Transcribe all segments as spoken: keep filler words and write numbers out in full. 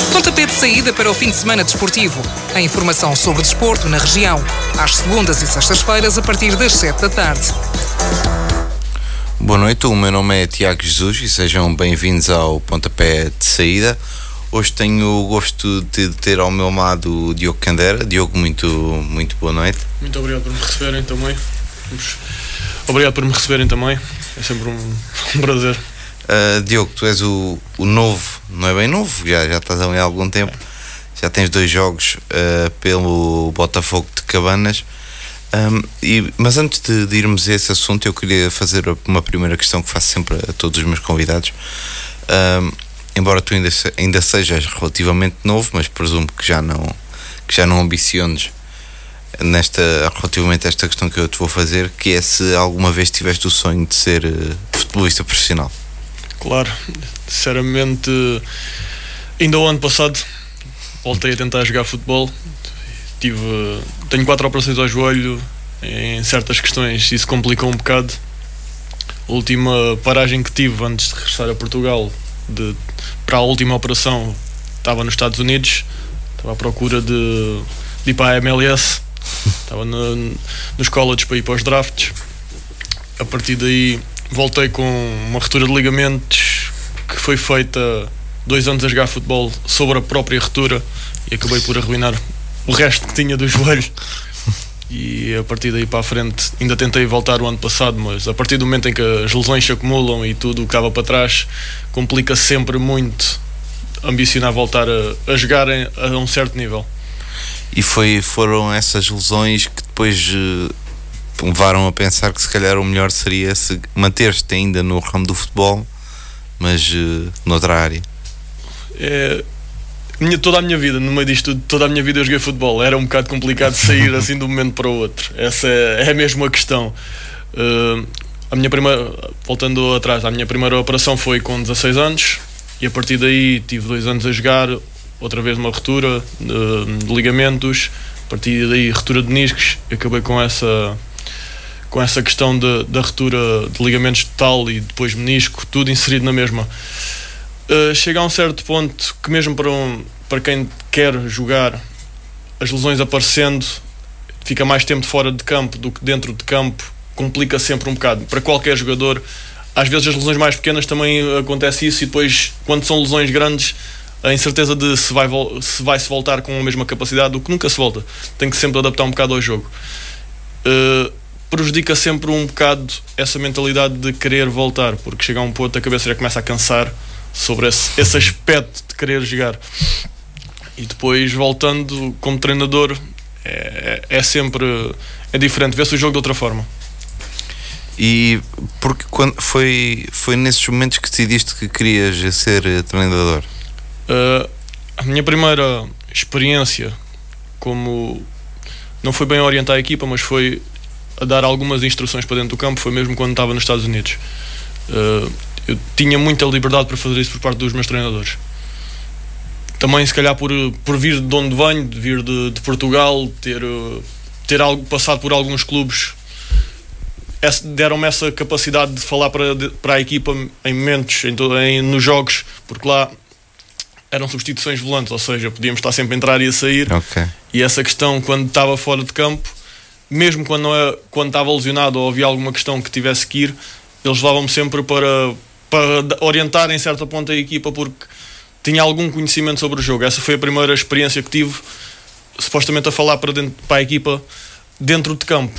Pontapé de saída para o fim de semana desportivo. A informação sobre desporto na região, às segundas e sextas-feiras, a partir das sete da tarde. Boa noite, o meu nome é Tiago Jesus e sejam bem-vindos ao Pontapé de Saída. Hoje tenho o gosto de ter ao meu lado o Diogo Candera. Diogo, muito, muito boa noite. Muito obrigado por me receberem também. Obrigado por me receberem também. É sempre um, um prazer. Uh, Diogo, tu és o, o novo, não é bem novo, já, já estás ali há algum tempo. É. Já tens dois jogos uh, pelo Botafogo de Cabanas. Um, e, mas antes de, de irmos a esse assunto, eu queria fazer uma primeira questão que faço sempre a todos os meus convidados. Um, embora tu ainda, ainda sejas relativamente novo, mas presumo que já não, que já não ambiciones nesta, relativamente a esta questão que eu te vou fazer, que é se alguma vez tiveste o sonho de ser uh, futebolista profissional. Claro, sinceramente, ainda o ano passado voltei a tentar jogar futebol. Tive, tenho quatro operações ao joelho, em certas questões isso complicou um bocado. A última paragem que tive antes de regressar a Portugal, de, para a última operação, estava nos Estados Unidos, estava à procura de, de ir para a M L S, estava no, nos colleges para ir para os drafts. A partir daí voltei com uma ruptura de ligamentos que foi feita dois anos a jogar futebol sobre a própria ruptura e acabei por arruinar o resto que tinha do joelho. E a partir daí para a frente ainda tentei voltar o ano passado, mas a partir do momento em que as lesões se acumulam e tudo o que estava para trás, complica sempre muito ambicionar voltar a, a jogar em, a um certo nível. E foi, foram essas lesões que depois uh, levaram a pensar que se calhar o melhor seria se manter-te ainda no ramo do futebol, mas uh, noutra área. É... Minha, toda a minha vida, no meio disto tudo, toda a minha vida eu joguei futebol. Era um bocado complicado sair assim de um momento para o outro. Essa é, é mesmo a questão. Uh, a minha primeira, voltando atrás, a minha primeira operação foi com dezasseis anos e a partir daí tive dois anos a jogar, outra vez uma ruptura de, de ligamentos, a partir daí ruptura de meniscos, acabei com essa, com essa questão de, da ruptura de ligamentos total e depois menisco, tudo inserido na mesma. Uh, chega a um certo ponto que mesmo para, um, para quem quer jogar, as lesões aparecendo, fica mais tempo fora de campo do que dentro de campo, complica sempre um bocado. Para qualquer jogador, às vezes as lesões mais pequenas também acontece isso e depois, quando são lesões grandes, a incerteza de se vai, se vai se voltar com a mesma capacidade, do que nunca se volta. Tem que sempre adaptar um bocado ao jogo. Uh, prejudica sempre um bocado essa mentalidade de querer voltar, porque chega a um ponto a cabeça já começa a cansar sobre esse, esse aspecto de querer jogar. E depois voltando como treinador é, é sempre é diferente, vê-se o jogo de outra forma. E porque quando foi, foi nesses momentos que decidiste que querias ser treinador? Uh, a minha primeira experiência como não foi bem a orientar a equipa, mas foi a dar algumas instruções para dentro do campo, foi mesmo quando estava nos Estados Unidos. uh, Eu tinha muita liberdade para fazer isso por parte dos meus treinadores. Também, se calhar, por, por vir de onde venho, de vir de, de Portugal, ter, ter algo, passado por alguns clubes, deram-me essa capacidade de falar para, de, para a equipa em momentos, em, em, nos jogos, porque lá eram substituições volantes, ou seja, podíamos estar sempre a entrar e a sair. Okay. E essa questão, quando estava fora de campo, mesmo quando, não é, quando estava lesionado ou havia alguma questão que tivesse que ir, eles levavam-me sempre para, para orientar em certa ponta a equipa, porque tinha algum conhecimento sobre o jogo. Essa foi a primeira experiência que tive, supostamente a falar para, dentro, para a equipa dentro de campo.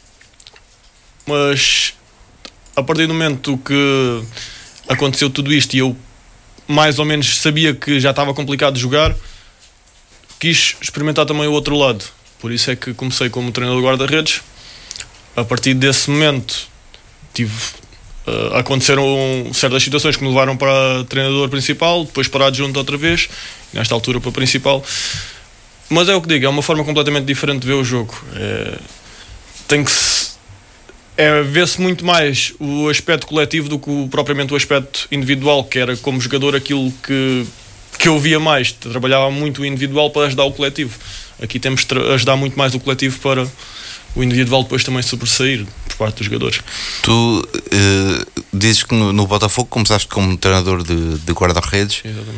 Mas a partir do momento que aconteceu tudo isto e eu mais ou menos sabia que já estava complicado de jogar, quis experimentar também o outro lado. Por isso é que comecei como treinador de guarda-redes. A partir desse momento tive Uh, aconteceram certas situações que me levaram para treinador principal, depois para adjunto outra vez, nesta altura para principal. Mas é o que digo, é uma forma completamente diferente de ver o jogo. É, tem que se, é, vê-se muito mais o aspecto coletivo do que o, propriamente o aspecto individual, que era como jogador aquilo que, que eu via mais. Trabalhava muito o individual para ajudar o coletivo. Aqui temos de tra- ajudar muito mais o coletivo para o individual depois também sobressair por parte dos jogadores. Tu uh, dizes que no, no Botafogo começaste como treinador de, de guarda-redes. Exatamente.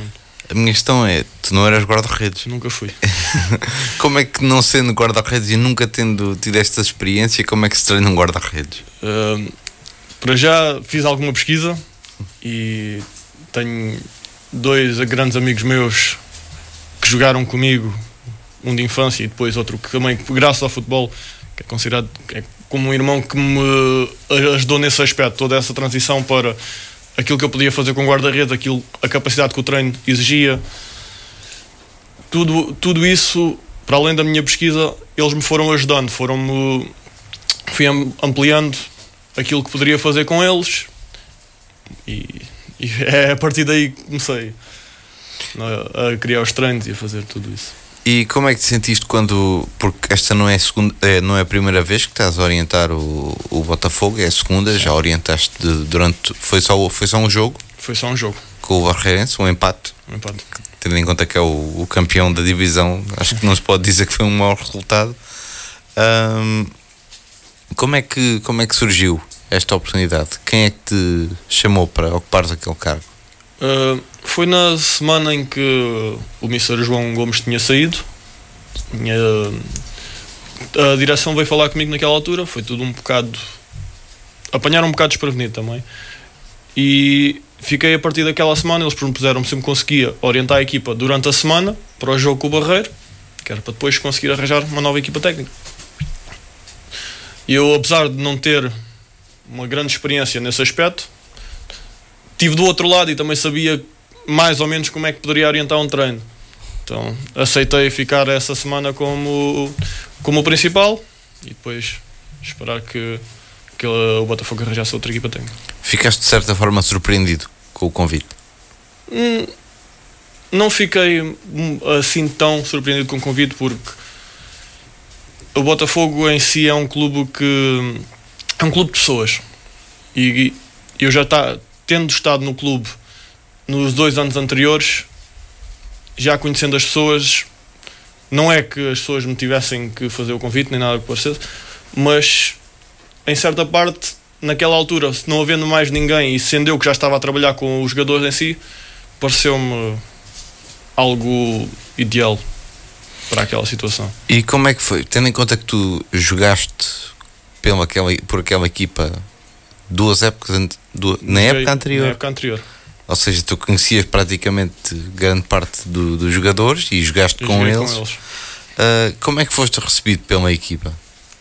A minha questão é, tu não eras guarda-redes. Nunca fui. Como é que, não sendo guarda-redes e nunca tendo tido esta experiência, como é que se treina um guarda-redes? Uh, para já fiz alguma pesquisa e tenho dois grandes amigos meus que jogaram comigo, um de infância e depois outro que também, graças ao futebol, que é considerado é como um irmão que me ajudou nesse aspecto, toda essa transição para aquilo que eu podia fazer com guarda-redes, aquilo, a capacidade que o treino exigia, tudo, tudo isso, para além da minha pesquisa, eles me foram ajudando, foram-me, fui ampliando aquilo que poderia fazer com eles e, e é a partir daí que comecei a, a criar os treinos e a fazer tudo isso. E como é que te sentiste quando, porque esta não é a, segunda, é, não é a primeira vez que estás a orientar o, o Botafogo, é a segunda, sim. Já orientaste de, durante, foi só, foi só um jogo? Foi só um jogo. Com o Barreirense, um empate? Um empate. Tendo em conta que é o, o campeão da divisão, acho que não se pode dizer que foi um mau resultado. Um, como, é que, como é que surgiu esta oportunidade? Quem é que te chamou para ocupares aquele cargo? Uh, foi na semana em que o mister João Gomes tinha saído. Uh, a direção veio falar comigo naquela altura. Foi tudo um bocado... Apanharam um bocado desprevenido também. E fiquei a partir daquela semana. Eles propuseram-me se me conseguia orientar a equipa durante a semana para o jogo com o Barreiro, que era para depois conseguir arranjar uma nova equipa técnica. E eu, apesar de não ter uma grande experiência nesse aspecto, estive do outro lado e também sabia mais ou menos como é que poderia orientar um treino. Então aceitei ficar essa semana como, como o principal e depois esperar que, que o Botafogo arranjasse outra equipa técnica. Ficaste de certa forma surpreendido com o convite? Hum, não fiquei assim tão surpreendido com o convite, porque o Botafogo em si é um clube que é um clube de pessoas e eu já está tendo estado no clube nos dois anos anteriores, já conhecendo as pessoas, não é que as pessoas me tivessem que fazer o convite, nem nada que parecesse, mas em certa parte, naquela altura, se não havendo mais ninguém e sendo eu que já estava a trabalhar com os jogadores em si, pareceu-me algo ideal para aquela situação. E como é que foi? Tendo em conta que tu jogaste pela, aquela, por aquela equipa duas épocas duas, na época anterior. Na época anterior. Ou seja, tu conhecias praticamente grande parte do, dos jogadores e jogaste com eles. com eles. Uh, como é que foste recebido pela equipa?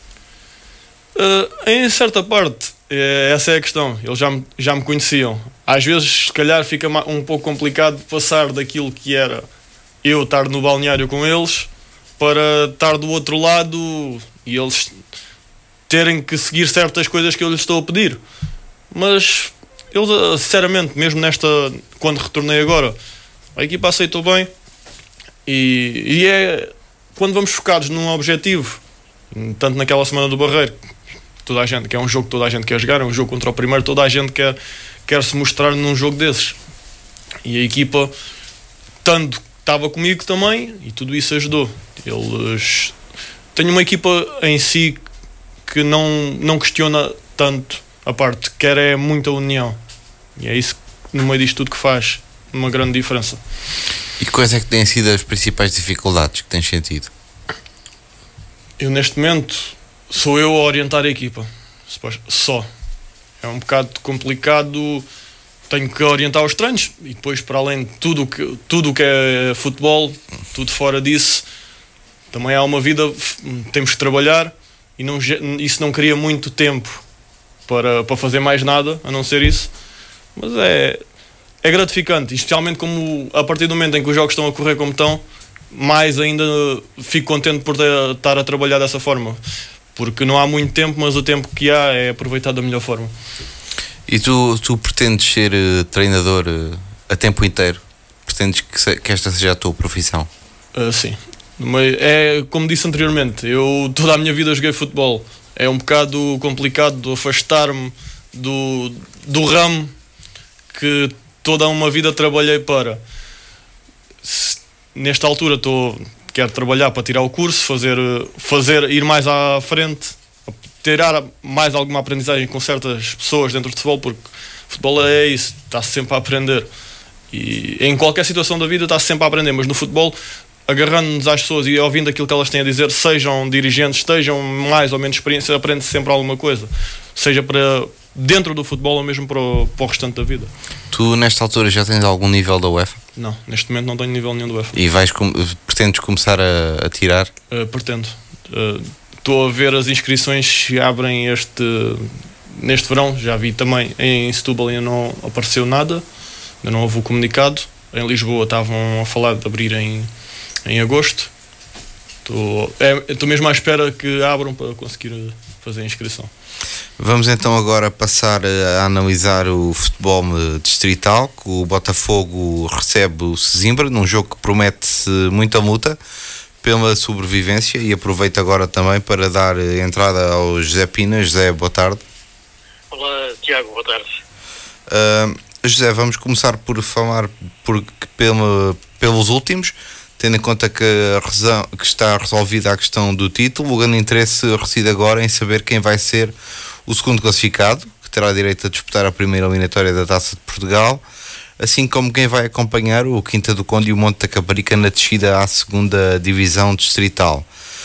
Uh, em certa parte, é, essa é a questão. Eles já me, já me conheciam. Às vezes, se calhar, fica um pouco complicado passar daquilo que era eu estar no balneário com eles para estar do outro lado e eles terem que seguir certas coisas que eu lhes estou a pedir. Mas eles, sinceramente, mesmo nesta, quando retornei agora, a equipa aceitou bem e, e é quando vamos focados num objetivo, tanto naquela semana do Barreiro, toda a gente, que é um jogo que toda a gente quer jogar, é um jogo contra o primeiro, toda a gente quer, quer se mostrar num jogo desses. E a equipa, tanto estava comigo também, e tudo isso ajudou. Eles... Tenho uma equipa em si que não, não questiona tanto a parte, quer é muita união. E é isso, no meio disto tudo, que faz uma grande diferença. E quais é que têm sido as principais dificuldades que tens sentido? Eu, neste momento, sou eu a orientar a equipa. Só. É um bocado complicado. Tenho que orientar os treinos e depois, para além de tudo que, tudo que é futebol, tudo fora disso, também há uma vida, temos que trabalhar e não, isso não cria muito tempo para, para fazer mais nada, a não ser isso. Mas é, é gratificante, especialmente como a partir do momento em que os jogos estão a correr como estão, mais ainda fico contente por ter, estar a trabalhar dessa forma, porque não há muito tempo, mas o tempo que há é aproveitado da melhor forma. E tu, tu pretendes ser uh, treinador uh, a tempo inteiro? Pretendes que, se, que esta seja a tua profissão? Uh, sim. Mas é como disse anteriormente, eu toda a minha vida joguei futebol. É um bocado complicado afastar-me do, do ramo que toda uma vida trabalhei para. Se, nesta altura estou, quero trabalhar para tirar o curso, fazer, fazer, ir mais à frente, tirar mais alguma aprendizagem com certas pessoas dentro de futebol, porque futebol é isso, está sempre a aprender. E em qualquer situação da vida está sempre a aprender, mas no futebol, agarrando-nos às pessoas e ouvindo aquilo que elas têm a dizer, sejam dirigentes, estejam mais ou menos experiência, aprende-se sempre alguma coisa, seja para dentro do futebol ou mesmo para o, para o restante da vida. Tu nesta altura já tens algum nível da UEFA? Não, neste momento não tenho nível nenhum da UEFA. E vais com, pretendes começar a, a tirar? Uh, pretendo. Estou uh, a ver as inscrições que abrem este, neste verão, já vi também em Setúbal ainda não apareceu nada, ainda não houve o comunicado. Em Lisboa estavam a falar de abrir em, em agosto. Estou é, mesmo à espera que abram para conseguir fazer a inscrição. Vamos então agora passar a analisar o futebol distrital, que o Botafogo recebe o Sesimbra num jogo que promete muita luta pela sobrevivência, e aproveito agora também para dar entrada ao José Pina. José, boa tarde. Olá, Tiago, boa tarde. Uh, José, vamos começar por falar por, pela, pelos últimos, tendo em conta que, a razão, que está resolvida a questão do título. O grande interesse reside agora em saber quem vai ser o segundo classificado, que terá direito a disputar a primeira eliminatória da Taça de Portugal, assim como quem vai acompanhar o Quinta do Conde e o Monte da Caparica na descida à segunda divisão distrital.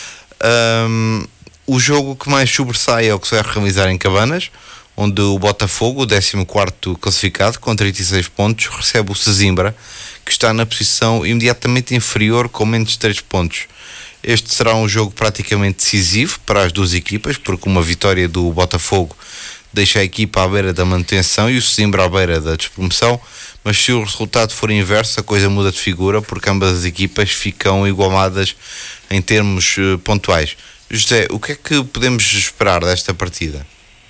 Um, o jogo que mais sobressai é o que se vai realizar em Cabanas, onde o Botafogo, o décimo quarto classificado, com trinta e seis pontos, recebe o Sesimbra, que está na posição imediatamente inferior com menos de três pontos. Este será um jogo praticamente decisivo para as duas equipas, porque uma vitória do Botafogo deixa a equipa à beira da manutenção e o Sesimbra à beira da despromoção, mas se o resultado for inverso, a coisa muda de figura, porque ambas as equipas ficam igualadas em termos uh, pontuais. José, o que é que podemos esperar desta partida?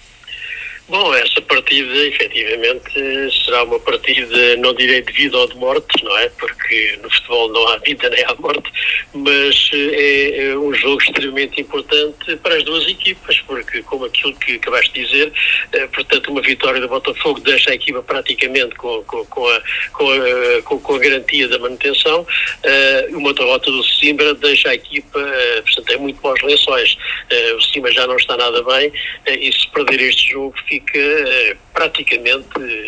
Bom, essa partida, efetivamente, será uma partida, não direi de vida ou de morte, não é? Porque no futebol não há vida nem há morte, mas é, é um jogo extremamente importante para as duas equipas, porque, como aquilo que acabaste de dizer, é, portanto, uma vitória do Botafogo deixa a equipa praticamente com, com, com, a, com, a, com, com a garantia da manutenção, é, uma derrota do Sesimbra deixa a equipa, é, portanto, é muito maus lençóis. É, o Sesimbra já não está nada bem, é, e se perder este jogo fica uh, praticamente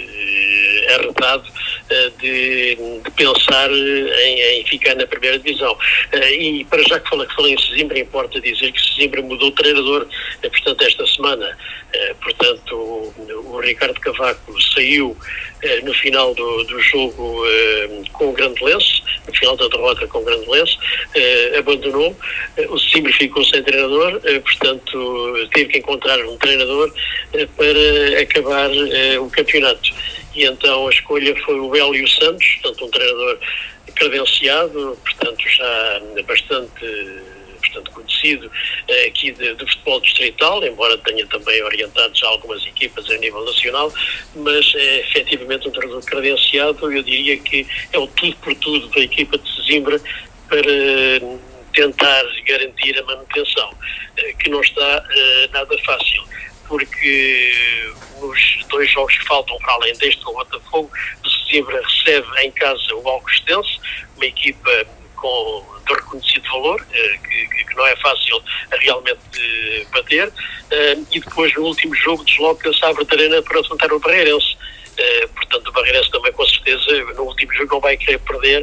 uh, arretado uh, de, de pensar em, em ficar na primeira divisão. Uh, e para já que falei, que falei em Sesimbra, importa dizer que Sesimbra mudou de treinador, uh, portanto, esta semana. Uh, portanto, o, o Ricardo Cavaco saiu uh, no final do, do jogo uh, com o Grande Lenço, no final da derrota com o Grande Lenço, uh, abandonou. Uh, o Sesimbra ficou sem treinador, uh, portanto, teve que encontrar um treinador uh, para acabar uh, o campeonato. E então a escolha foi o Hélio Santos, portanto um treinador credenciado, portanto já bastante, bastante conhecido uh, aqui de, de futebol distrital, embora tenha também orientado já algumas equipas a nível nacional, mas é efetivamente um treinador credenciado. Eu diria que é o tudo por tudo da equipa de Sesimbra para tentar garantir a manutenção, uh, que não está uh, nada fácil, porque nos dois jogos que faltam, para além deste com o Botafogo, o Sesimbra recebe em casa o Alcostense, uma equipa com de reconhecido valor, que, que não é fácil realmente bater, e depois no último jogo desloca-se à Bertarena para enfrentar o Barreirense. Uh, portanto, o Barreirense também, com certeza, no último jogo não vai querer perder,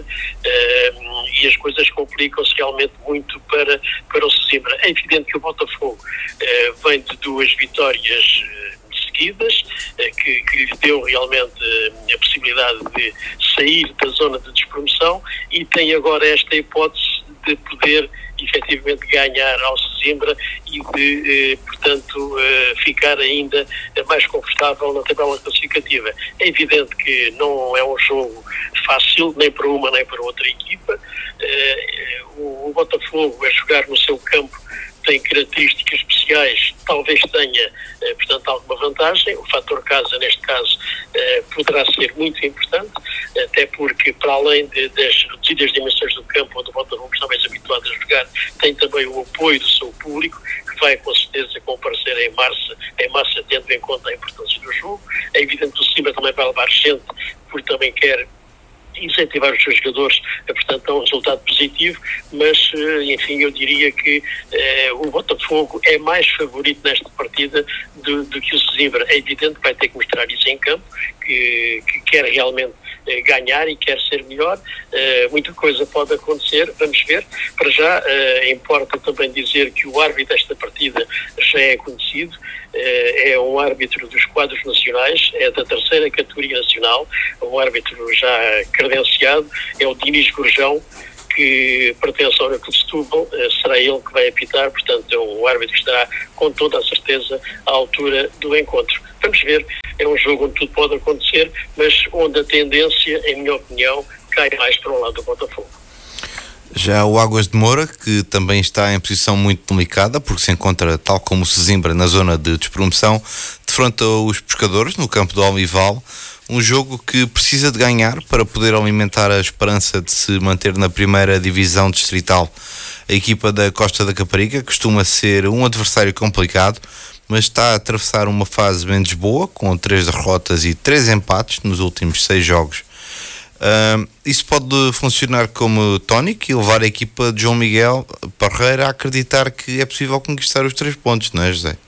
uh, e as coisas complicam-se realmente muito para, para o Sesimbra. É evidente que o Botafogo uh, vem de duas vitórias uh, seguidas, uh, que, que lhe deu realmente uh, a possibilidade de sair da zona de despromoção, e tem agora esta hipótese de poder efetivamente ganhar ao Sesimbra e de, eh, portanto, eh, ficar ainda mais confortável na tabela classificativa. É evidente que não é um jogo fácil, nem para uma nem para outra equipa. Eh, o, o Botafogo, a jogar no seu campo, tem características especiais, talvez tenha, eh, portanto, alguma vantagem. O fator casa, neste caso, eh, poderá ser muito importante, até porque, para além de, das reduzidas dimensões do campo, onde o Botafogo está mais habituado a jogar, tem também o apoio do seu público, que vai, com certeza, comparecer em massa, em massa, tendo em conta a importância do jogo. É evidente que o Sesimbra também vai levar gente, porque também quer incentivar os seus jogadores, portanto, a um resultado positivo, mas, enfim, eu diria que eh, o Botafogo é mais favorito nesta partida do, do que o Sesimbra. É evidente que vai ter que mostrar isso em campo, que, que quer realmente eh, ganhar e quer ser melhor. Eh, muita coisa pode acontecer, vamos ver. Para já, eh, importa também dizer que o árbitro desta partida já é conhecido, eh, é um árbitro dos quadros nacionais, é da terceira categoria nacional, um árbitro já credenciado, é o Dinis Gurjão, que pertence ao Clube de Setúbal, será ele que vai apitar, portanto é um árbitro que estará com toda a certeza à altura do encontro. Vamos ver, é um jogo onde tudo pode acontecer, mas onde a tendência, em minha opinião, cai mais para o lado do Botafogo. Já o Águas de Moura, que também está em posição muito delicada, porque se encontra, tal como o Sesimbra, na zona de despromoção, defronta os pescadores no campo do Olival. Um jogo que precisa de ganhar para poder alimentar a esperança de se manter na primeira divisão distrital. A equipa da Costa da Caparica costuma ser um adversário complicado, mas está a atravessar uma fase menos boa, com três derrotas e três empates nos últimos seis jogos. Uh, isso pode funcionar como tónico e levar a equipa de João Miguel Parreira a acreditar que é possível conquistar os três pontos, não é, José?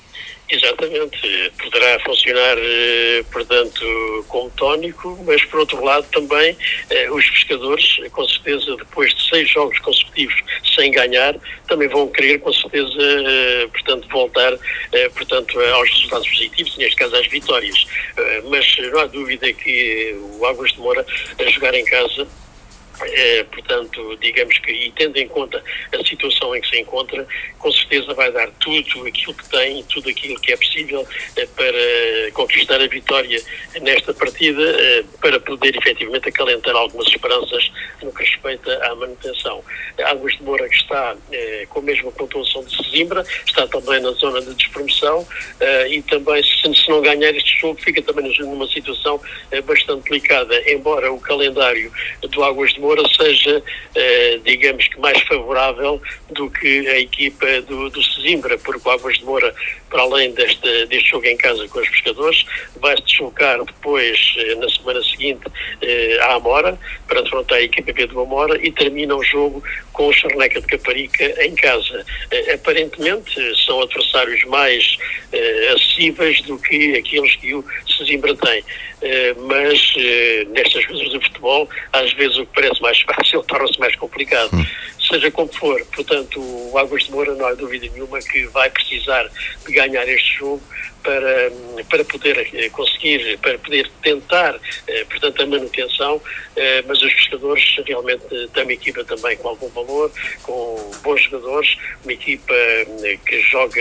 Exatamente, poderá funcionar, portanto, como tónico, mas por outro lado também os pescadores, com certeza, depois de seis jogos consecutivos sem ganhar, também vão querer, com certeza, portanto, voltar, portanto, aos resultados positivos, neste caso às vitórias. Mas não há dúvida que o Águas de Moura, a jogar em casa, É, portanto, digamos que, e tendo em conta a situação em que se encontra, com certeza vai dar tudo aquilo que tem, tudo aquilo que é possível é, para conquistar a vitória nesta partida, é, para poder efetivamente acalentar algumas esperanças no que respeita à manutenção. Águas de Moura, que está é, com a mesma pontuação de Sesimbra, está também na zona de despromoção, é, e também, se, se não ganhar este jogo, fica também numa situação é, bastante delicada, embora o calendário do Águas de Moura seja, eh, digamos que mais favorável do que a equipa do, do Sesimbra, porque o Águas de Moura, para além deste, deste jogo em casa com os pescadores, vai-se deslocar depois, eh, na semana seguinte, eh, à Amora, para defrontar a equipa B do Amora, e termina o jogo com o Charneca de Caparica em casa. Eh, aparentemente são adversários mais eh, acessíveis do que aqueles que o Sesimbra tem. Uh, mas uh, nestas coisas do futebol, às vezes o que parece mais fácil torna-se mais complicado. Hum. Seja como for, portanto, o Águas de Moura, não há dúvida nenhuma que vai precisar de ganhar este jogo para, para poder uh, conseguir, para poder tentar, uh, portanto, a manutenção, uh, mas os pescadores realmente uh, têm uma equipa também com algum valor, com bons jogadores, uma equipa uh, que joga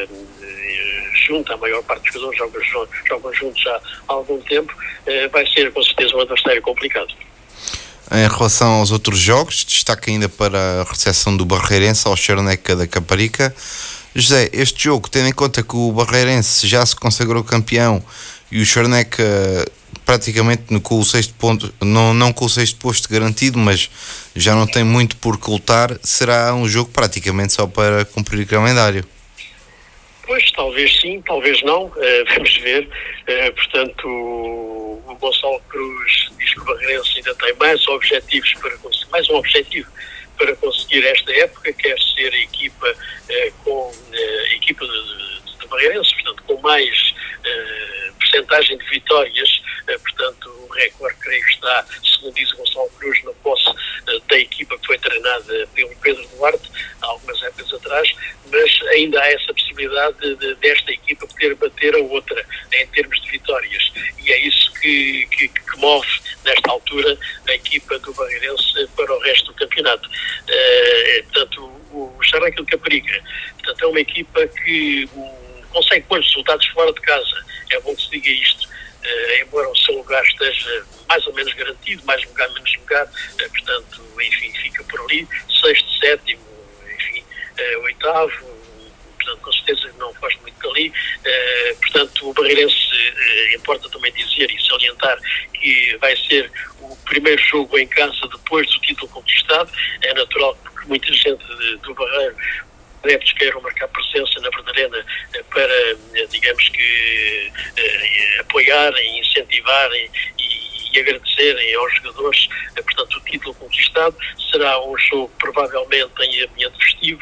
uh, junto, a maior parte dos jogadores jogam, jogam juntos já há algum tempo. Vai ser com certeza um adversário complicado. Em relação aos outros jogos, destaque ainda para a recepção do Barreirense ao Charneca da Caparica. José, este jogo, tendo em conta que o Barreirense já se consagrou campeão e o Charneca praticamente com o sexto ponto, não, não com o sexto posto garantido, mas já não tem muito por que lutar, será um jogo praticamente só para cumprir o calendário. Pois, talvez sim, talvez não, uh, vamos ver. Uh, portanto, o, o Gonçalo Cruz diz que o Barreirense ainda tem mais objetivos para conseguir, mais um objetivo para conseguir esta época, quer ser a equipa uh, com uh, a equipa de, de, de Barreirense, portanto, com mais uh, percentagem de vitórias. Uh, portanto, o recorde, creio que está, segundo diz o Gonçalo Cruz, na posse uh, da equipa que foi treinada pelo Pedro Duarte há algumas épocas atrás, mas ainda há essa possibilidade de, de, desta equipa poder bater a outra em termos de vitórias, e é isso que, que, que move nesta altura a equipa do Barreirense para o resto do campeonato. Uh, portanto, o, o Charneca de Caparica, portanto, é uma equipa que um, consegue pôr resultados fora de casa, é bom que se diga isto. Uh, embora o seu lugar esteja mais ou menos garantido, mais lugar, menos lugar, uh, portanto, enfim, fica por ali, sexto, sétimo, enfim, uh, oitavo, portanto, com certeza não faz muito dali. Uh, portanto, o Barreirense, uh, importa também dizer e salientar que vai ser o primeiro jogo em casa depois do título conquistado. É natural que muita gente de, do Barreiro, adeptos, queiram marcar presença na Verdarena para, digamos que, uh, apoiarem, incentivarem e, e agradecerem aos jogadores, portanto, o título conquistado. Será um jogo provavelmente em ambiente festivo,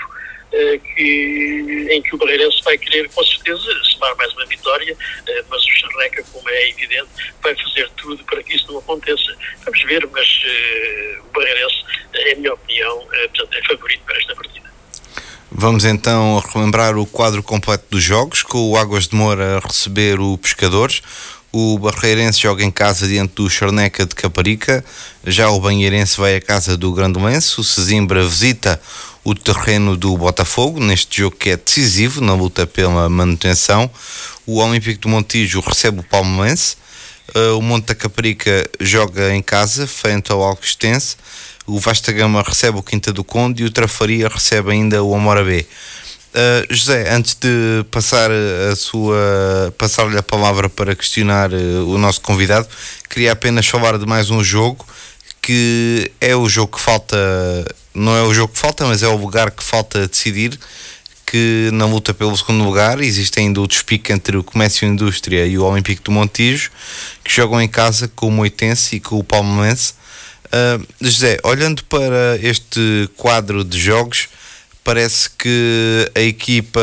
Que, em que o Barreirense vai querer com certeza somar mais uma vitória, mas o Charneca, como é evidente, vai fazer tudo para que isso não aconteça. Vamos ver, mas uh, o Barreirense, é a minha opinião, uh, portanto, é favorito para esta partida. Vamos então relembrar o quadro completo dos jogos, com o Águas de Moura a receber o Pescadores. O Barreirense joga em casa diante do Charneca de Caparica. Já o Banheirense vai à casa do Grandolense. O Sesimbra visita o terreno do Botafogo, neste jogo que é decisivo na luta pela manutenção. O Olímpico do Montijo recebe o Palmeirense. O Monte da Caparica joga em casa, frente ao Alcostense. O Vasta Gama recebe o Quinta do Conde e o Trafaria recebe ainda o Amora B. Uh, José, antes de passar a sua passar-lhe a palavra para questionar uh, o nosso convidado, queria apenas falar de mais um jogo que é o jogo que falta, não é o jogo que falta, mas é o lugar que falta decidir, que na luta pelo segundo lugar existe ainda o despique entre o Comércio e Indústria e o Olímpico do Montijo, que jogam em casa com o Moitense e com o Palmeirense. Uh, José, olhando para este quadro de jogos, parece que a equipa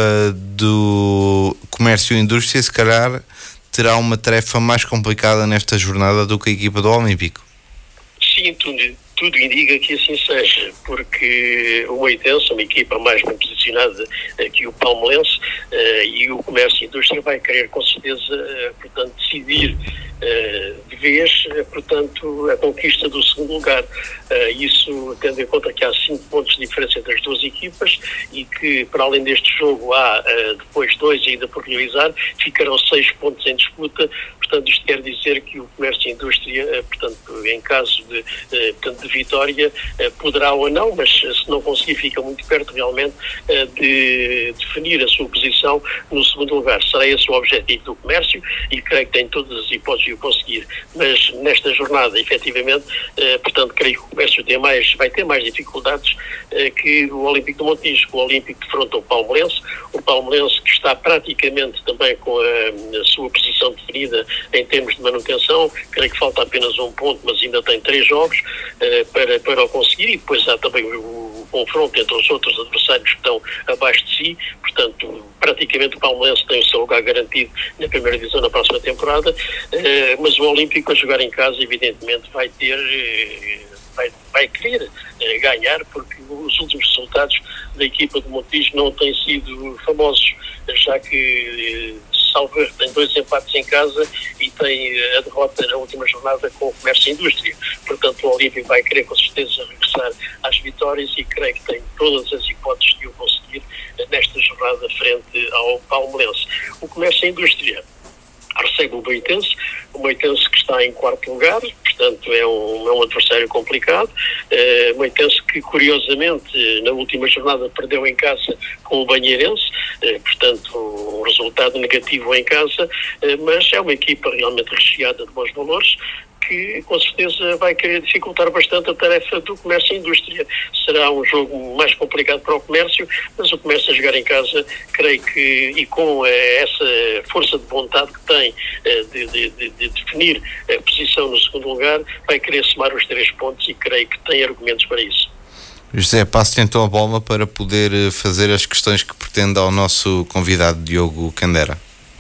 do Comércio e Indústria se calhar terá uma tarefa mais complicada nesta jornada do que a equipa do Olímpico. Sim, tudo, tudo indica que assim seja, porque o Moitense é uma equipa mais bem posicionada que o Palmeirense, uh, e o Comércio e Indústria vai querer com certeza, uh, portanto, decidir Uh, de vez, uh, portanto, a conquista do segundo lugar. Uh, isso tendo em conta que há cinco pontos de diferença entre as duas equipas e que, para além deste jogo, há uh, depois dois ainda por realizar, ficarão seis pontos em disputa. Portanto, isto quer dizer que o Comércio e Indústria, uh, portanto, em caso de, uh, portanto, de vitória, uh, poderá ou não, mas uh, se não conseguir, fica muito perto realmente uh, de definir a sua posição no segundo lugar. Será esse o objetivo do Comércio e creio que tem todas as hipóteses de o conseguir, mas nesta jornada, efetivamente, eh, portanto, creio que o Comércio tem mais, vai ter mais dificuldades eh, que o Olímpico do Montijo. O Olímpico defronta o Palmeirense, o Palmeirense que está praticamente também com a, a sua posição definida em termos de manutenção. Creio que falta apenas um ponto, mas ainda tem três jogos eh, para, para o conseguir, e depois há também o, o confronto entre os outros adversários que estão abaixo de si. Portanto, praticamente o Palmeirense tem o seu lugar garantido na primeira divisão na próxima temporada, uh, mas o Olímpico, a jogar em casa, evidentemente vai ter, uh, vai, vai querer uh, ganhar, porque os últimos resultados da equipa do Montijo não têm sido famosos, já que uh, Salver tem dois empates em casa e tem a derrota na última jornada com o Comércio e Indústria. Portanto, o Olímpico vai querer com certeza regressar às vitórias e creio que tem todas as hipóteses de o conseguir nesta jornada frente ao Palmeirense. O Comércio e Indústria recebe o Moitense, o Moitense que está em quarto lugar, portanto é um, é um adversário complicado. Uh, Moitense que, curiosamente, na última jornada perdeu em casa com o Banheirense, uh, portanto um resultado negativo em casa, uh, mas é uma equipa realmente recheada de bons valores, que com certeza vai querer dificultar bastante a tarefa do Comércio e Indústria. Será um jogo mais complicado para o Comércio, mas o Comércio a jogar em casa, creio que, e com eh, essa força de vontade que tem eh, de, de, de, de definir a posição no segundo lugar, vai querer somar os três pontos e creio que tem argumentos para isso. José, passo-te então a bola para poder fazer as questões que pretende ao nosso convidado Diogo Candera.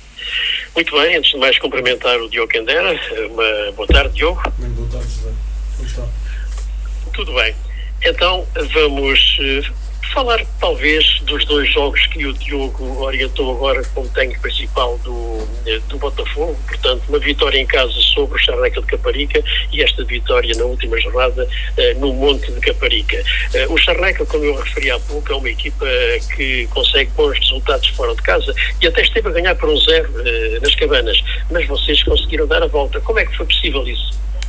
Muito bem, antes de mais cumprimentar o Diogo Candera. Uma boa tarde, Diogo. Muito boa tarde, José. Como está? Tudo bem. Então, vamos uh, falar talvez dos dois jogos que o Diogo orientou agora como técnico principal do, uh, do Botafogo. Portanto, uma vitória em casa sobre o Charneca de Caparica e esta vitória na última jornada uh, no Monte de Caparica. Uh, o Charneca, como eu referi há pouco, é uma equipa que consegue bons resultados fora de casa e até esteve a ganhar por um zero uh, nas Cabanas, mas vocês conseguiram dar a volta. Como é que foi possível isso?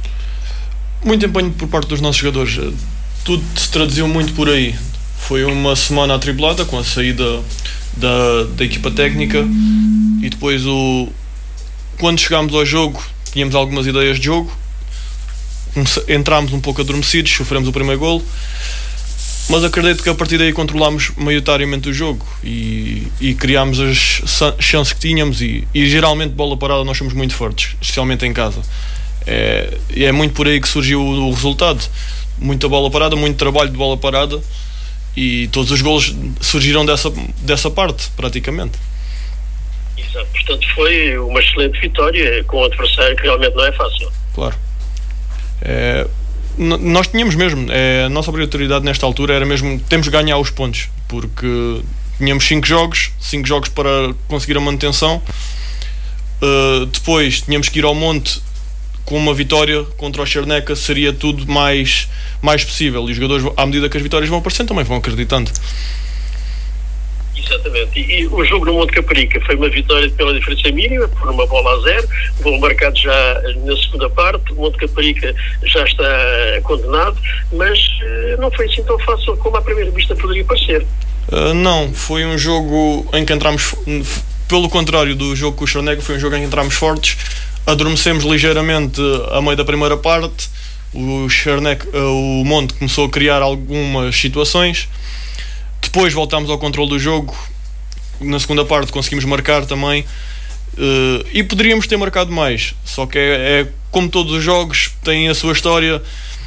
Muito empenho por parte dos nossos jogadores. Tudo se traduziu muito por aí. Foi uma semana atribulada com a saída da, da equipa técnica e depois o, quando chegámos ao jogo tínhamos algumas ideias de jogo, entrámos um pouco adormecidos, sofremos o primeiro golo, mas acredito que a partir daí controlámos maioritariamente o jogo e, e criámos as chances que tínhamos e, e geralmente bola parada nós somos muito fortes, especialmente em casa. É, e é muito por aí que surgiu o, o resultado. Muita bola parada, muito trabalho de bola parada, e todos os golos surgiram dessa, dessa parte, praticamente. Exato, portanto foi uma excelente vitória com um adversário que realmente não é fácil. Claro. É, n- nós tínhamos mesmo, é, a nossa prioridade nesta altura era mesmo, temos de ganhar os pontos, porque tínhamos cinco jogos, cinco jogos para conseguir a manutenção. Uh, depois tínhamos que ir ao monte. Com uma vitória contra o Charneca seria tudo mais, mais possível, e os jogadores, à medida que as vitórias vão aparecendo, também vão acreditando. Exatamente, e, e o jogo no Monte Caparica foi uma vitória pela diferença mínima, por uma bola a zero, gol marcado já na segunda parte. O Monte Caparica já está condenado, mas uh, não foi assim tão fácil como à primeira vista poderia parecer. Uh, não, foi um jogo em que entramos, pelo contrário do jogo com o Charneca, foi um jogo em que entramos fortes. Adormecemos ligeiramente a meio da primeira parte. O Charneca, o Monte começou a criar algumas situações. Depois voltámos ao controle do jogo. Na segunda parte conseguimos marcar também. E poderíamos ter marcado mais. Só que é, é como todos os jogos, tem a sua história.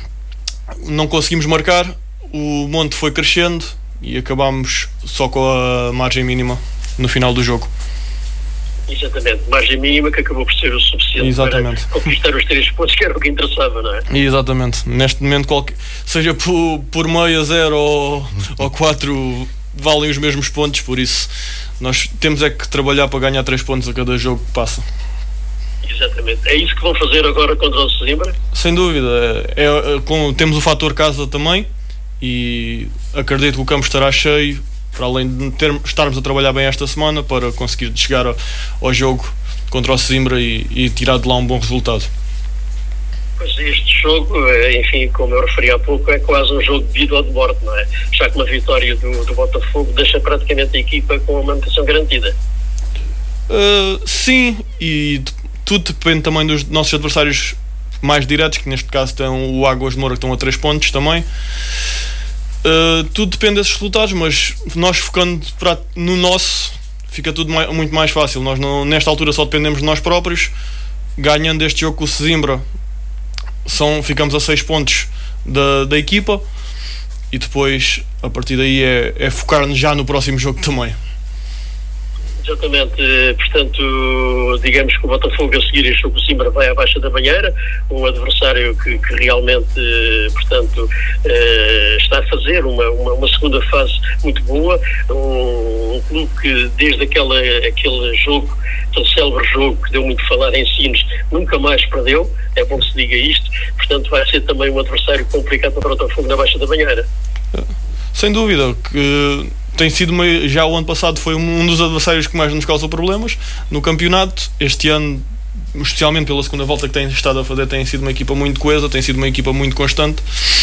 Não conseguimos marcar. O Monte foi crescendo e acabámos só com a margem mínima no final do jogo. Exatamente, margem mínima que acabou por ser o suficiente. Exatamente. Para conquistar os três pontos, que era o que interessava, não é? Exatamente, neste momento, qualquer, seja por, por meio a zero ou, ou quatro, valem os mesmos pontos, por isso nós temos é que trabalhar para ganhar três pontos a cada jogo que passa. Exatamente, é isso que vão fazer agora contra o Sesimbra? Sem dúvida, é, é, com, temos o fator casa também, e acredito que o campo estará cheio, para além de ter, estarmos a trabalhar bem esta semana para conseguir chegar ao, ao jogo contra o Sesimbra e, e tirar de lá um bom resultado. Pois este jogo, enfim, como eu referi há pouco, é quase um jogo de vida ou de morte, não é? Já que uma vitória do, do Botafogo deixa praticamente a equipa com a manutenção garantida. Uh, sim, e tudo depende também dos nossos adversários mais diretos, que neste caso estão o Águas de Moura, que estão a três pontos também. Uh, tudo depende desses resultados, mas nós focando pra, no nosso, fica tudo mais, muito mais fácil. Nós não, nesta altura só dependemos de nós próprios. Ganhando este jogo com o Sesimbra, são, ficamos a seis pontos da, da equipa, e depois a partir daí é, é focar-nos já no próximo jogo também. Exatamente, portanto, digamos que o Botafogo a seguir este jogo com o Sesimbra vai à Baixa da Banheira, um adversário que, que realmente, portanto, está a fazer uma, uma, uma segunda fase muito boa, um, um clube que desde aquela, aquele jogo, aquele célebre jogo que deu muito a falar em Sines, nunca mais perdeu, é bom que se diga isto, portanto vai ser também um adversário complicado para o Botafogo na Baixa da Banheira. Sem dúvida, que tem sido uma, já o ano passado foi um dos adversários que mais nos causou problemas no campeonato. Este ano, especialmente pela segunda volta que tem estado a fazer, tem sido uma equipa muito coesa, tem sido uma equipa muito constante,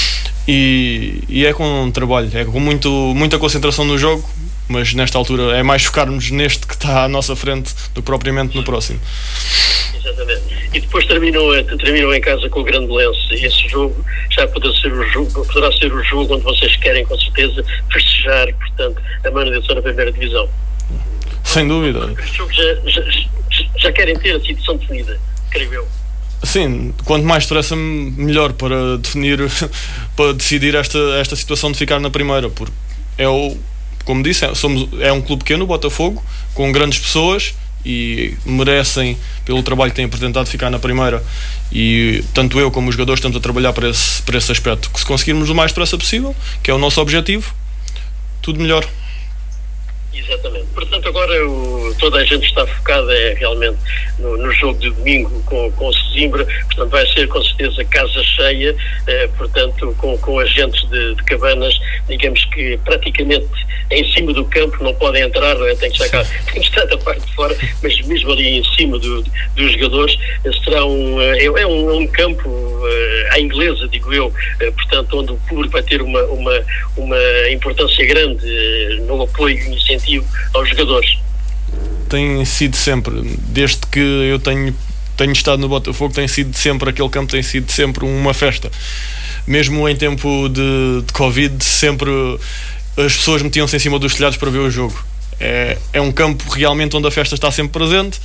e, e é com trabalho, é com muito, muita concentração no jogo, mas nesta altura é mais focarmos neste que está à nossa frente do que propriamente no próximo. Exatamente. E depois terminou, terminou em casa com o Grandelense. Esse jogo já poderá ser o jogo, poderá ser o jogo onde vocês querem, com certeza, festejar, portanto, a manutenção na primeira divisão. Sem dúvida. Este jogo já, já, já querem ter a situação definida, creio eu. Sim, quanto mais stressa, melhor para definir, para decidir esta, esta situação de ficar na primeira, porque é o, como disse, é, somos, é um clube pequeno, o Botafogo, com grandes pessoas, e merecem, pelo trabalho que têm apresentado, ficar na primeira, e tanto eu como os jogadores estamos a trabalhar para esse, para esse aspecto, que se conseguirmos o mais depressa possível, que é o nosso objetivo, tudo melhor. Exatamente. Portanto, agora o, toda a gente está focada é, realmente no, no jogo de domingo com, com o Sesimbra, portanto vai ser com certeza casa cheia, eh, portanto com, com agentes de, de Cabanas, digamos que praticamente em cima do campo, não podem entrar, não é? Tem que estar, tem que estar da parte de fora, mas mesmo ali em cima do, dos jogadores, será um, é, é um, um campo uh, à inglesa, digo eu, uh, portanto onde o público vai ter uma, uma, uma importância grande uh, no apoio e incentivo aos jogadores. Tem sido sempre, desde que eu tenho, tenho estado no Botafogo, tem sido sempre, aquele campo tem sido sempre uma festa, mesmo em tempo de, de Covid, sempre as pessoas metiam-se em cima dos telhados para ver o jogo. É, é um campo realmente onde a festa está sempre presente,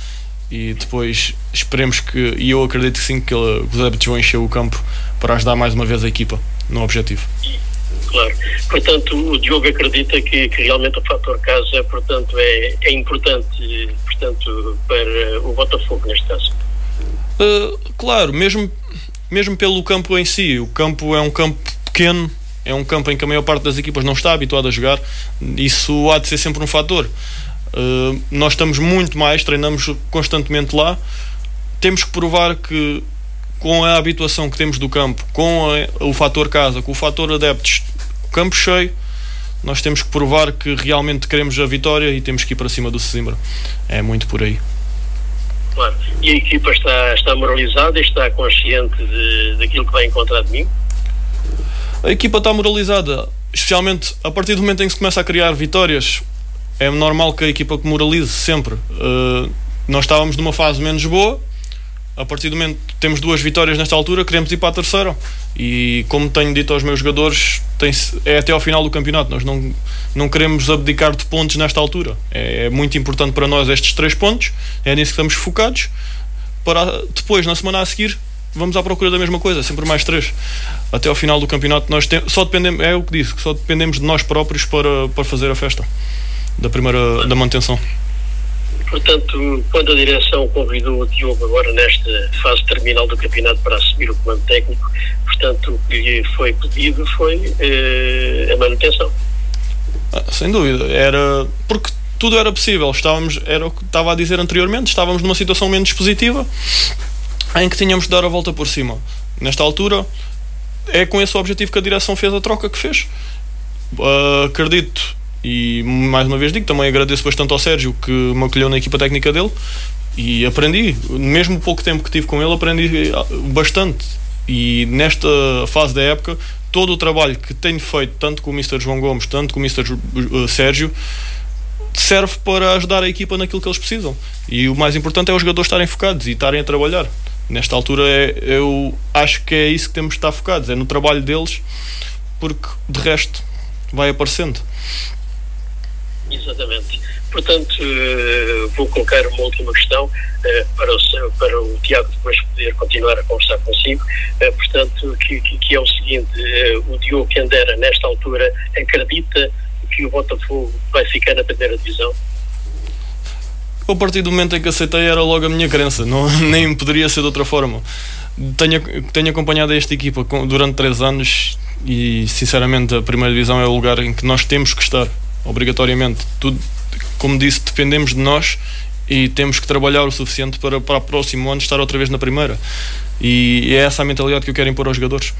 e depois esperemos que, e eu acredito que sim, que os adeptos vão encher o campo para ajudar mais uma vez a equipa no objetivo. Claro, portanto o Diogo acredita que, que realmente o fator casa, portanto, é, é importante, portanto, para o Botafogo neste caso. Uh, claro, mesmo, mesmo pelo campo em si, o campo é um campo pequeno, é um campo em que a maior parte das equipas não está habituada a jogar, isso há de ser sempre um fator. Uh, nós estamos muito mais, treinamos constantemente lá, temos que provar que com a habituação que temos do campo, com a, o fator casa, com o fator adeptos, o campo cheio, nós temos que provar que realmente queremos a vitória e temos que ir para cima do Sesimbra. É muito por aí. Claro. E a equipa está, está moralizada e está consciente de, daquilo que vai encontrar domingo? A equipa está moralizada, especialmente a partir do momento em que se começa a criar vitórias. É normal que a equipa moralize sempre. Uh, nós estávamos numa fase menos boa, a partir do momento que temos duas vitórias nesta altura, queremos ir para a terceira. E como tenho dito aos meus jogadores, tem, é até ao final do campeonato. Nós não, não queremos abdicar de pontos nesta altura. É, é muito importante para nós estes três pontos, é nisso que estamos focados. Para depois, na semana a seguir, vamos à procura da mesma coisa, sempre mais três. Até ao final do campeonato nós tem, só dependemos, é o que disse, só dependemos de nós próprios para, para fazer a festa da primeira, da manutenção. Portanto, quando a direção convidou o Diogo agora nesta fase terminal do campeonato para assumir o comando técnico, portanto, o que lhe foi pedido foi eh, a manutenção. Ah, sem dúvida, era porque tudo era possível. Estávamos, era o que estava a dizer anteriormente, estávamos numa situação menos positiva em que tínhamos de dar a volta por cima. Nesta altura, é com esse objetivo que a direção fez a troca que fez. Uh, acredito, e mais uma vez digo, também agradeço bastante ao Sérgio que me acolheu na equipa técnica dele e aprendi, mesmo o pouco tempo que tive com ele, aprendi bastante. E nesta fase da época, todo o trabalho que tenho feito, tanto com o mister João Gomes, tanto com o mister Sérgio, serve para ajudar a equipa naquilo que eles precisam. E o mais importante é os jogadores estarem focados e estarem a trabalhar. Nesta altura, é, eu acho que é isso que temos de estar focados, é no trabalho deles, porque de resto vai aparecendo. Exatamente. Portanto, vou colocar uma última questão para o, para o Tiago depois poder continuar a conversar consigo. Portanto, que, que é o seguinte: o Diogo Quendera, nesta altura, acredita que o Botafogo vai ficar na primeira divisão? A partir do momento em que aceitei, era logo a minha crença, não, nem poderia ser de outra forma. Tenho, tenho acompanhado esta equipa durante três anos e, sinceramente, a primeira divisão é o lugar em que nós temos que estar, obrigatoriamente. Tudo, como disse, dependemos de nós e temos que trabalhar o suficiente para, para o próximo ano estar outra vez na primeira. E é essa a mentalidade que eu quero impor aos jogadores.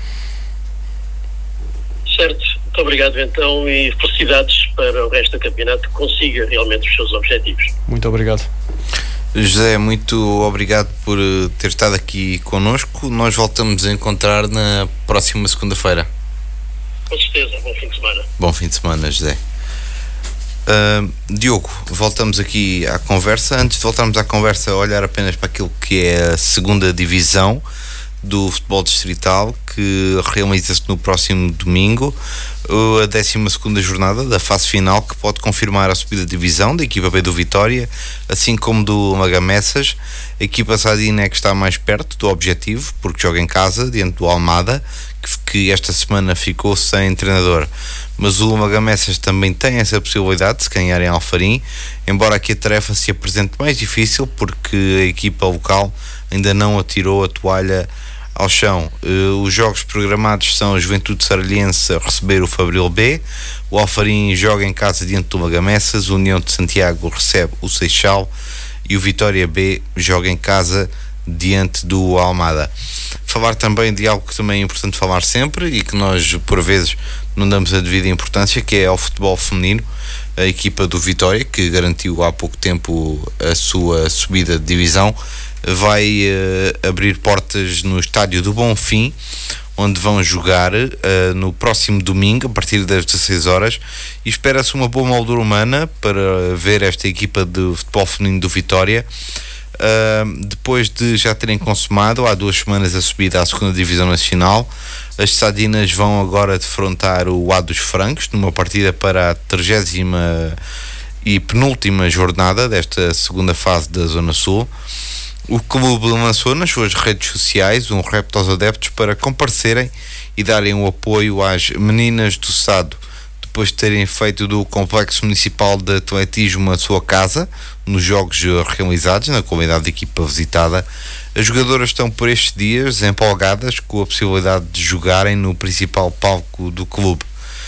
Certo, muito obrigado então e felicidades para o resto do campeonato, que consiga realmente os seus objetivos. Muito obrigado. José, muito obrigado por ter estado aqui connosco. Nós voltamos a encontrar na próxima segunda-feira. Com certeza, bom fim de semana. Bom fim de semana, José. Uh, Diogo, voltamos aqui à conversa. Antes de voltarmos à conversa, olhar apenas para aquilo que é a segunda divisão do futebol distrital, que realiza-se no próximo domingo, a décima segunda jornada da fase final, que pode confirmar a subida de divisão da equipa B do Vitória, assim como do Magamessas. A equipa Sadina é que está mais perto do objetivo, porque joga em casa, diante do Almada, que, que esta semana ficou sem treinador. Mas o Magamessas também tem essa possibilidade de se ganhar em Alfarim, embora aqui a tarefa se apresente mais difícil, porque a equipa local ainda não atirou a toalha ao chão. Uh, os jogos programados são a Juventude Saralhense a receber o Fabril B, o Alfarim joga em casa diante do Magamessas, o União de Santiago recebe o Seixal e o Vitória B joga em casa diante do Almada. Falar também de algo que também é importante falar sempre e que nós por vezes não damos a devida importância, que é ao futebol feminino. A equipa do Vitória, que garantiu há pouco tempo a sua subida de divisão, vai uh, abrir portas no estádio do Bonfim, onde vão jogar uh, no próximo domingo, a partir das dezasseis horas, e espera-se uma boa moldura humana para ver esta equipa de futebol feminino do Vitória, uh, depois de já terem consumado há duas semanas a subida à segunda divisão nacional. As Sadinas vão agora defrontar o A dos Francos numa partida para a trigésima e penúltima jornada desta segunda fase da Zona Sul, o clube lançou nas suas redes sociais um repto aos adeptos para comparecerem e darem o apoio às meninas do Sado, depois de terem feito do Complexo Municipal de Atletismo a sua casa, nos jogos realizados na comunidade de equipa visitada. As jogadoras estão por estes dias empolgadas com a possibilidade de jogarem no principal palco do clube.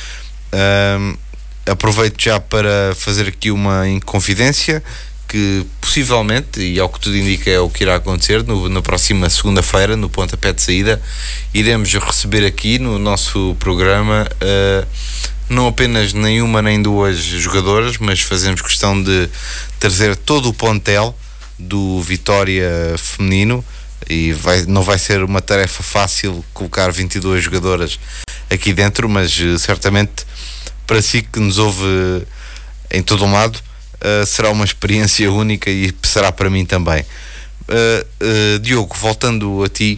Um, aproveito já para fazer aqui uma inconfidência, que possivelmente, e ao que tudo indica é o que irá acontecer, no, na próxima segunda-feira, no pontapé de saída, iremos receber aqui no nosso programa uh, não apenas nenhuma nem duas jogadoras, mas fazemos questão de trazer todo o plantel do Vitória feminino, e vai, não vai ser uma tarefa fácil colocar vinte e duas jogadoras aqui dentro, mas uh, certamente para si que nos ouve em todo o lado, uh, será uma experiência única, e será para mim também. Uh, uh, Diogo, voltando a ti,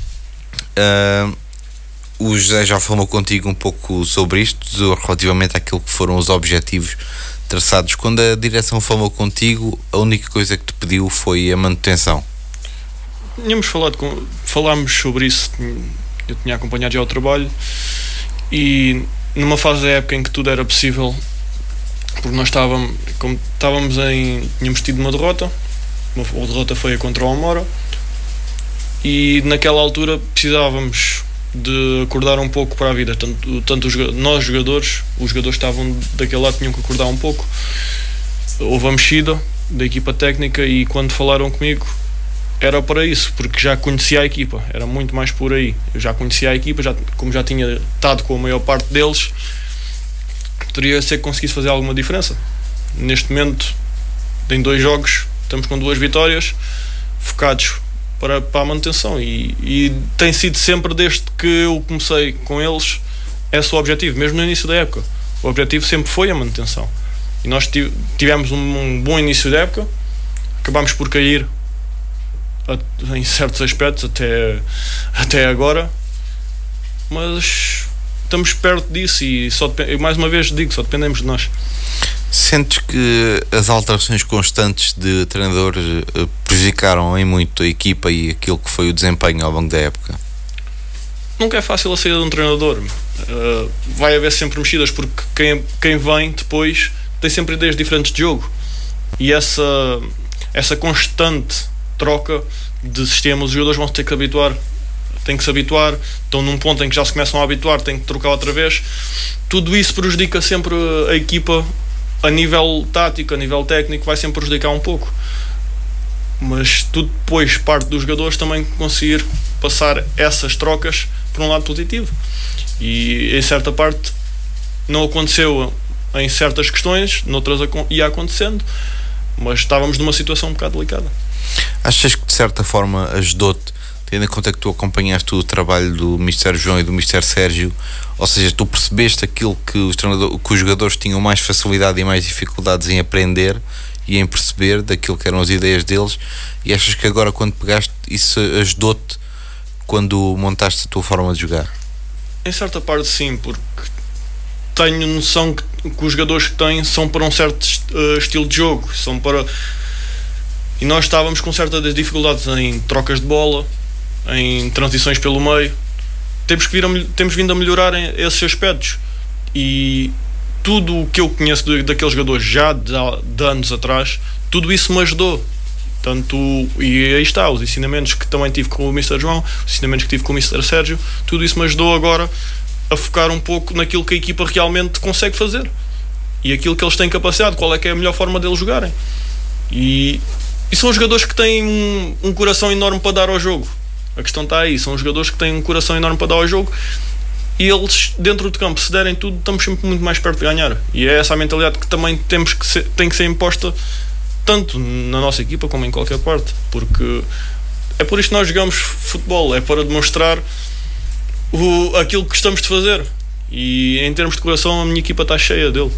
uh, o José já falou contigo um pouco sobre isto, relativamente àquilo que foram os objetivos traçados. Quando a direção falou contigo, a única coisa que te pediu foi a manutenção. Tínhamos falado com, falámos sobre isso, eu tinha acompanhado já o trabalho, e numa fase da época em que tudo era possível, porque nós estávamos, como estávamos em, tínhamos tido uma derrota, uma, a derrota foi a contra o Almora, e naquela altura precisávamos de acordar um pouco para a vida, tanto, tanto os, nós jogadores, os jogadores que estavam daquele lado tinham que acordar um pouco. Houve a mexida da equipa técnica, e quando falaram comigo era para isso, porque já conhecia a equipa, era muito mais por aí. Eu já conhecia a equipa, já, como já tinha estado com a maior parte deles, poderia ser que conseguisse fazer alguma diferença. Neste momento, em dois jogos, estamos com duas vitórias, focados para, para a manutenção, e, e tem sido sempre, desde que eu comecei com eles, esse o objetivo, mesmo no início da época. O objetivo sempre foi a manutenção, e nós tivemos um, um bom início da época, acabámos por cair em certos aspectos até, até agora, mas estamos perto disso, e só depend... mais uma vez digo, só dependemos de nós. Sentes que as alterações constantes de treinadores prejudicaram em muito a equipa e aquilo que foi o desempenho ao longo da época? Nunca é fácil a saída de um treinador, uh, vai haver sempre mexidas, porque quem, quem vem depois tem sempre ideias diferentes de jogo, e essa, essa constante troca de sistemas, os jogadores vão ter que se habituar, têm que se habituar, estão num ponto em que já se começam a habituar, têm que trocar outra vez. Tudo isso prejudica sempre a equipa a nível tático, a nível técnico, vai sempre prejudicar um pouco, mas tudo depois parte dos jogadores também conseguir passar essas trocas por um lado positivo, e em certa parte não aconteceu em certas questões, noutras ia acontecendo, mas estávamos numa situação um bocado delicada. Achas que de certa forma ajudou-te, tendo em conta que tu acompanhaste o trabalho do mister João e do mister Sérgio, ou seja, tu percebeste aquilo que os, que os jogadores tinham mais facilidade e mais dificuldades em aprender e em perceber daquilo que eram as ideias deles, e achas que agora, quando pegaste, isso ajudou-te quando montaste a tua forma de jogar? Em certa parte sim, porque tenho noção que, que os jogadores que têm são para um certo uh, estilo de jogo, são para... E nós estávamos com certas dificuldades em trocas de bola, em transições pelo meio. Temos, que vir a, temos vindo a melhorar em esses aspectos. E tudo o que eu conheço de, daqueles jogadores já de, de anos atrás, tudo isso me ajudou. Tanto, e aí está, os ensinamentos que também tive com o mister João, os ensinamentos que tive com o mister Sérgio, tudo isso me ajudou agora a focar um pouco naquilo que a equipa realmente consegue fazer. E aquilo que eles têm capacidade, qual é que é a melhor forma deles jogarem. E... E são jogadores que têm um, um coração enorme para dar ao jogo. A questão está aí, são jogadores que têm um coração enorme para dar ao jogo, e eles dentro de campo, se derem tudo, estamos sempre muito mais perto de ganhar. E é essa a mentalidade que também temos que ser, tem que ser imposta tanto na nossa equipa como em qualquer parte, porque é por isto que nós jogamos futebol, é para demonstrar o, aquilo que gostamos de fazer, e em termos de coração a minha equipa está cheia dele.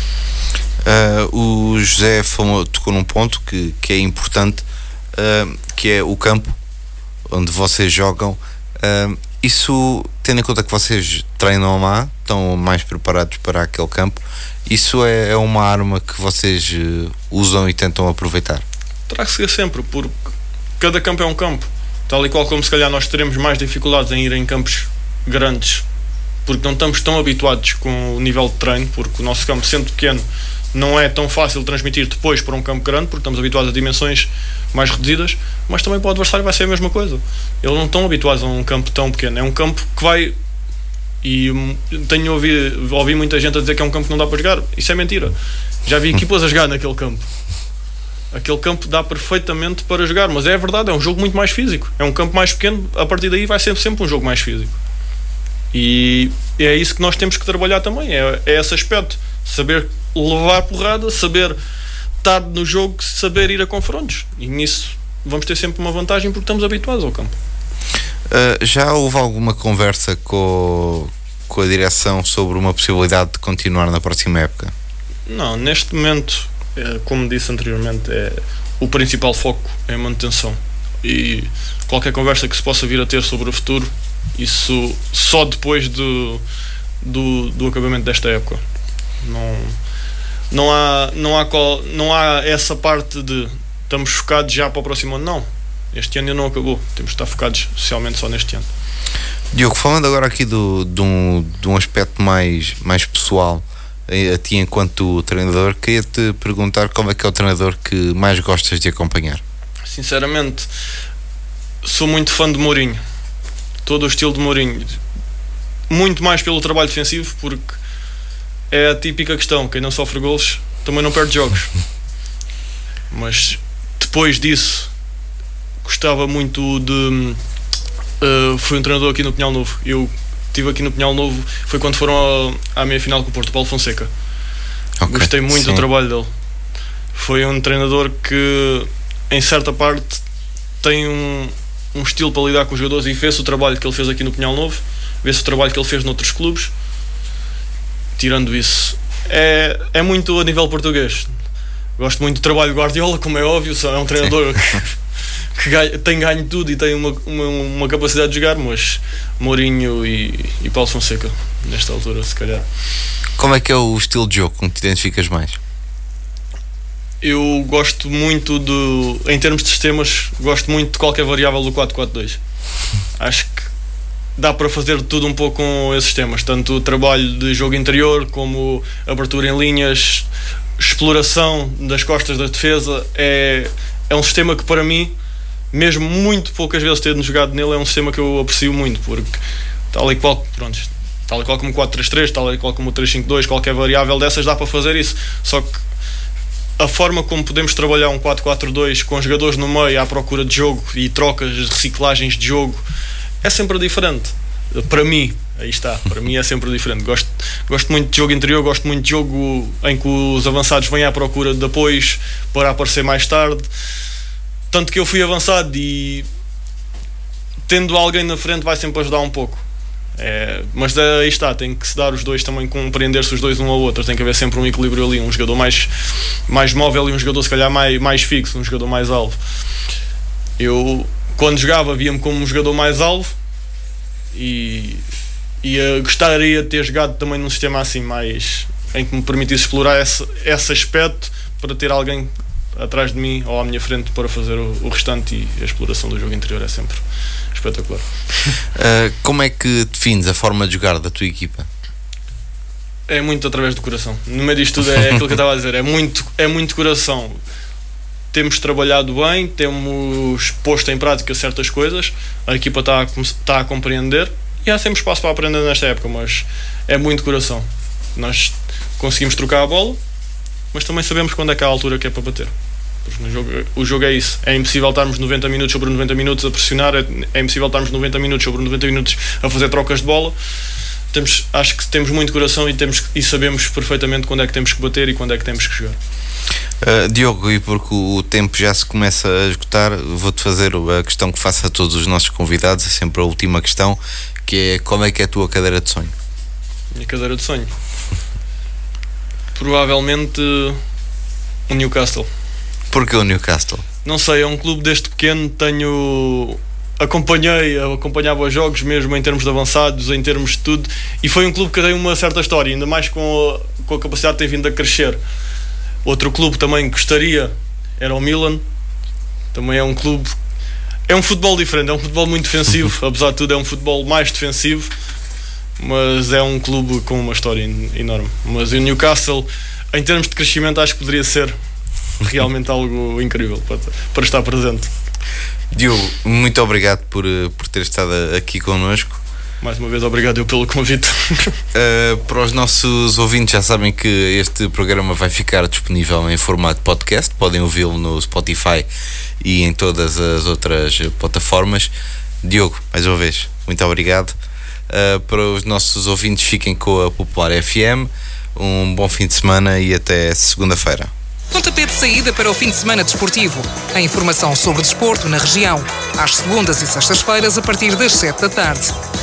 Uh, o José falou, tocou num ponto que, que é importante, uh, que é o campo onde vocês jogam. Uh, isso, tendo em conta que vocês treinam lá, estão mais preparados para aquele campo, isso é, é uma arma que vocês uh, usam e tentam aproveitar? Terá que ser sempre, porque cada campo é um campo, tal e qual como se calhar nós teremos mais dificuldades em ir em campos grandes, porque não estamos tão habituados com o nível de treino, porque o nosso campo, sendo pequeno, não é tão fácil transmitir depois para um campo grande, porque estamos habituados a dimensões mais reduzidas, mas também para o adversário vai ser a mesma coisa. Eles não estão habituados a um campo tão pequeno, é um campo que vai... E tenho ouvido, ouvi muita gente a dizer que é um campo que não dá para jogar. Isso é mentira. Já vi equipas a jogar naquele campo. Aquele campo dá perfeitamente para jogar, mas é verdade, é um jogo muito mais físico. É um campo mais pequeno, a partir daí vai ser sempre um jogo mais físico. E é isso que nós temos que trabalhar também, é, é esse aspecto. Saber levar porrada, saber estar no jogo, saber ir a confrontos. E nisso vamos ter sempre uma vantagem porque estamos habituados ao campo. Uh, já houve alguma conversa com, com a direção sobre uma possibilidade de continuar na próxima época? Não, neste momento, é, como disse anteriormente, é, o principal foco é a manutenção. E qualquer conversa que se possa vir a ter sobre o futuro, isso só depois do, do, do acabamento desta época. Não, não, há, não, há qual, não há essa parte de estamos focados já para o próximo ano, não. Este ano ainda não acabou, temos de estar focados especialmente só neste ano. Diogo, falando agora aqui do, de, um, de um aspecto mais, mais pessoal, a ti enquanto treinador, queria-te perguntar qual é que é o treinador que mais gostas de acompanhar? Sinceramente, sou muito fã de Mourinho, todo o estilo de Mourinho, muito mais pelo trabalho defensivo, porque é a típica questão, quem não sofre golos também não perde jogos. Mas depois disso gostava muito de uh, fui um treinador aqui no Pinhal Novo. Eu estive aqui no Pinhal Novo, foi quando foram à, à meia final com o Porto, Paulo Fonseca. Okay, gostei muito sim. do trabalho dele. Foi um treinador que em certa parte tem um, um estilo para lidar com os jogadores, e vê-se o trabalho que ele fez aqui no Pinhal Novo, vê-se o trabalho que ele fez noutros clubes. Tirando isso, é, é muito a nível português. Gosto muito do trabalho do Guardiola, como é óbvio, é um treinador que, que ganha, tem ganho tudo e tem uma, uma, uma capacidade de jogar, mas Mourinho e, e Paulo Fonseca, nesta altura, se calhar. Como é que é o estilo de jogo com que te identificas mais? Eu gosto muito do, em termos de sistemas, gosto muito de qualquer variável do quatro quatro dois. Acho que dá para fazer tudo um pouco com esses sistemas, tanto o trabalho de jogo interior como abertura em linhas, exploração das costas da defesa. É, é um sistema que para mim, mesmo muito poucas vezes tendo jogado nele, é um sistema que eu aprecio muito, porque tal e qual, pronto, tal e qual como o quatro três três, tal e qual como o três cinco dois, qualquer variável dessas dá para fazer isso, só que a forma como podemos trabalhar um quatro quatro dois com jogadores no meio à procura de jogo e trocas, reciclagens de jogo, é sempre diferente. Para mim, aí está, para mim é sempre diferente. Gosto, gosto muito de jogo interior, gosto muito de jogo em que os avançados vêm à procura de apoios para aparecer mais tarde. Tanto que eu fui avançado e tendo alguém na frente vai sempre ajudar um pouco. É, mas aí está, tem que se dar os dois também, compreender-se os dois um ao outro. Tem que haver sempre um equilíbrio ali, um jogador mais, mais móvel e um jogador se calhar mais, mais fixo, um jogador mais alvo. Eu, quando jogava, via-me como um jogador mais alvo e, e uh, gostaria de ter jogado também num sistema assim mais, em que me permitisse explorar esse, esse aspecto, para ter alguém atrás de mim ou à minha frente para fazer o, o restante, e a exploração do jogo interior é sempre espetacular. Uh, como é que defines a forma de jogar da tua equipa? É muito através do coração. No meio disto tudo é aquilo que eu estava a dizer, é muito, é muito coração. Temos trabalhado bem, temos posto em prática certas coisas, a equipa está a, está a compreender e há sempre espaço para aprender nesta época, mas é muito coração. Nós conseguimos trocar a bola, mas também sabemos quando é que há a altura que é para bater. Porque no jogo, o jogo é isso. É impossível estarmos noventa minutos sobre noventa minutos a pressionar, é, é impossível estarmos noventa minutos sobre noventa minutos a fazer trocas de bola. Temos, acho que temos muito coração e, temos, e sabemos perfeitamente quando é que temos que bater e quando é que temos que jogar. Uh, Diogo, e porque o tempo já se começa a esgotar, vou-te fazer a questão que faço a todos os nossos convidados, é sempre a última questão, que é: qual é que é a tua cadeira de sonho? Minha cadeira de sonho? Provavelmente o Newcastle. Porquê o Newcastle? Não sei, é um clube desde pequeno, tenho acompanhei, acompanhava os jogos mesmo em termos de avançados, em termos de tudo, e foi um clube que tem uma certa história, ainda mais com a, com a capacidade que tem vindo a crescer. Outro clube também que gostaria era o Milan, também é um clube, é um futebol diferente, é um futebol muito defensivo, apesar de tudo é um futebol mais defensivo, mas é um clube com uma história enorme. Mas o Newcastle, em termos de crescimento, acho que poderia ser realmente algo incrível para, para estar presente. Diogo, muito obrigado por, por ter estado aqui connosco. Mais uma vez, obrigado eu pelo convite. Uh, para os nossos ouvintes, já sabem que este programa vai ficar disponível em formato podcast. Podem ouvi-lo no Spotify e em todas as outras plataformas. Diogo, mais uma vez, muito obrigado. Uh, para os nossos ouvintes, fiquem com a Popular F M. Um bom fim de semana e até segunda-feira. Pontapé de saída para o fim de semana desportivo. A informação sobre desporto na região, às segundas e sextas-feiras a partir das sete da tarde.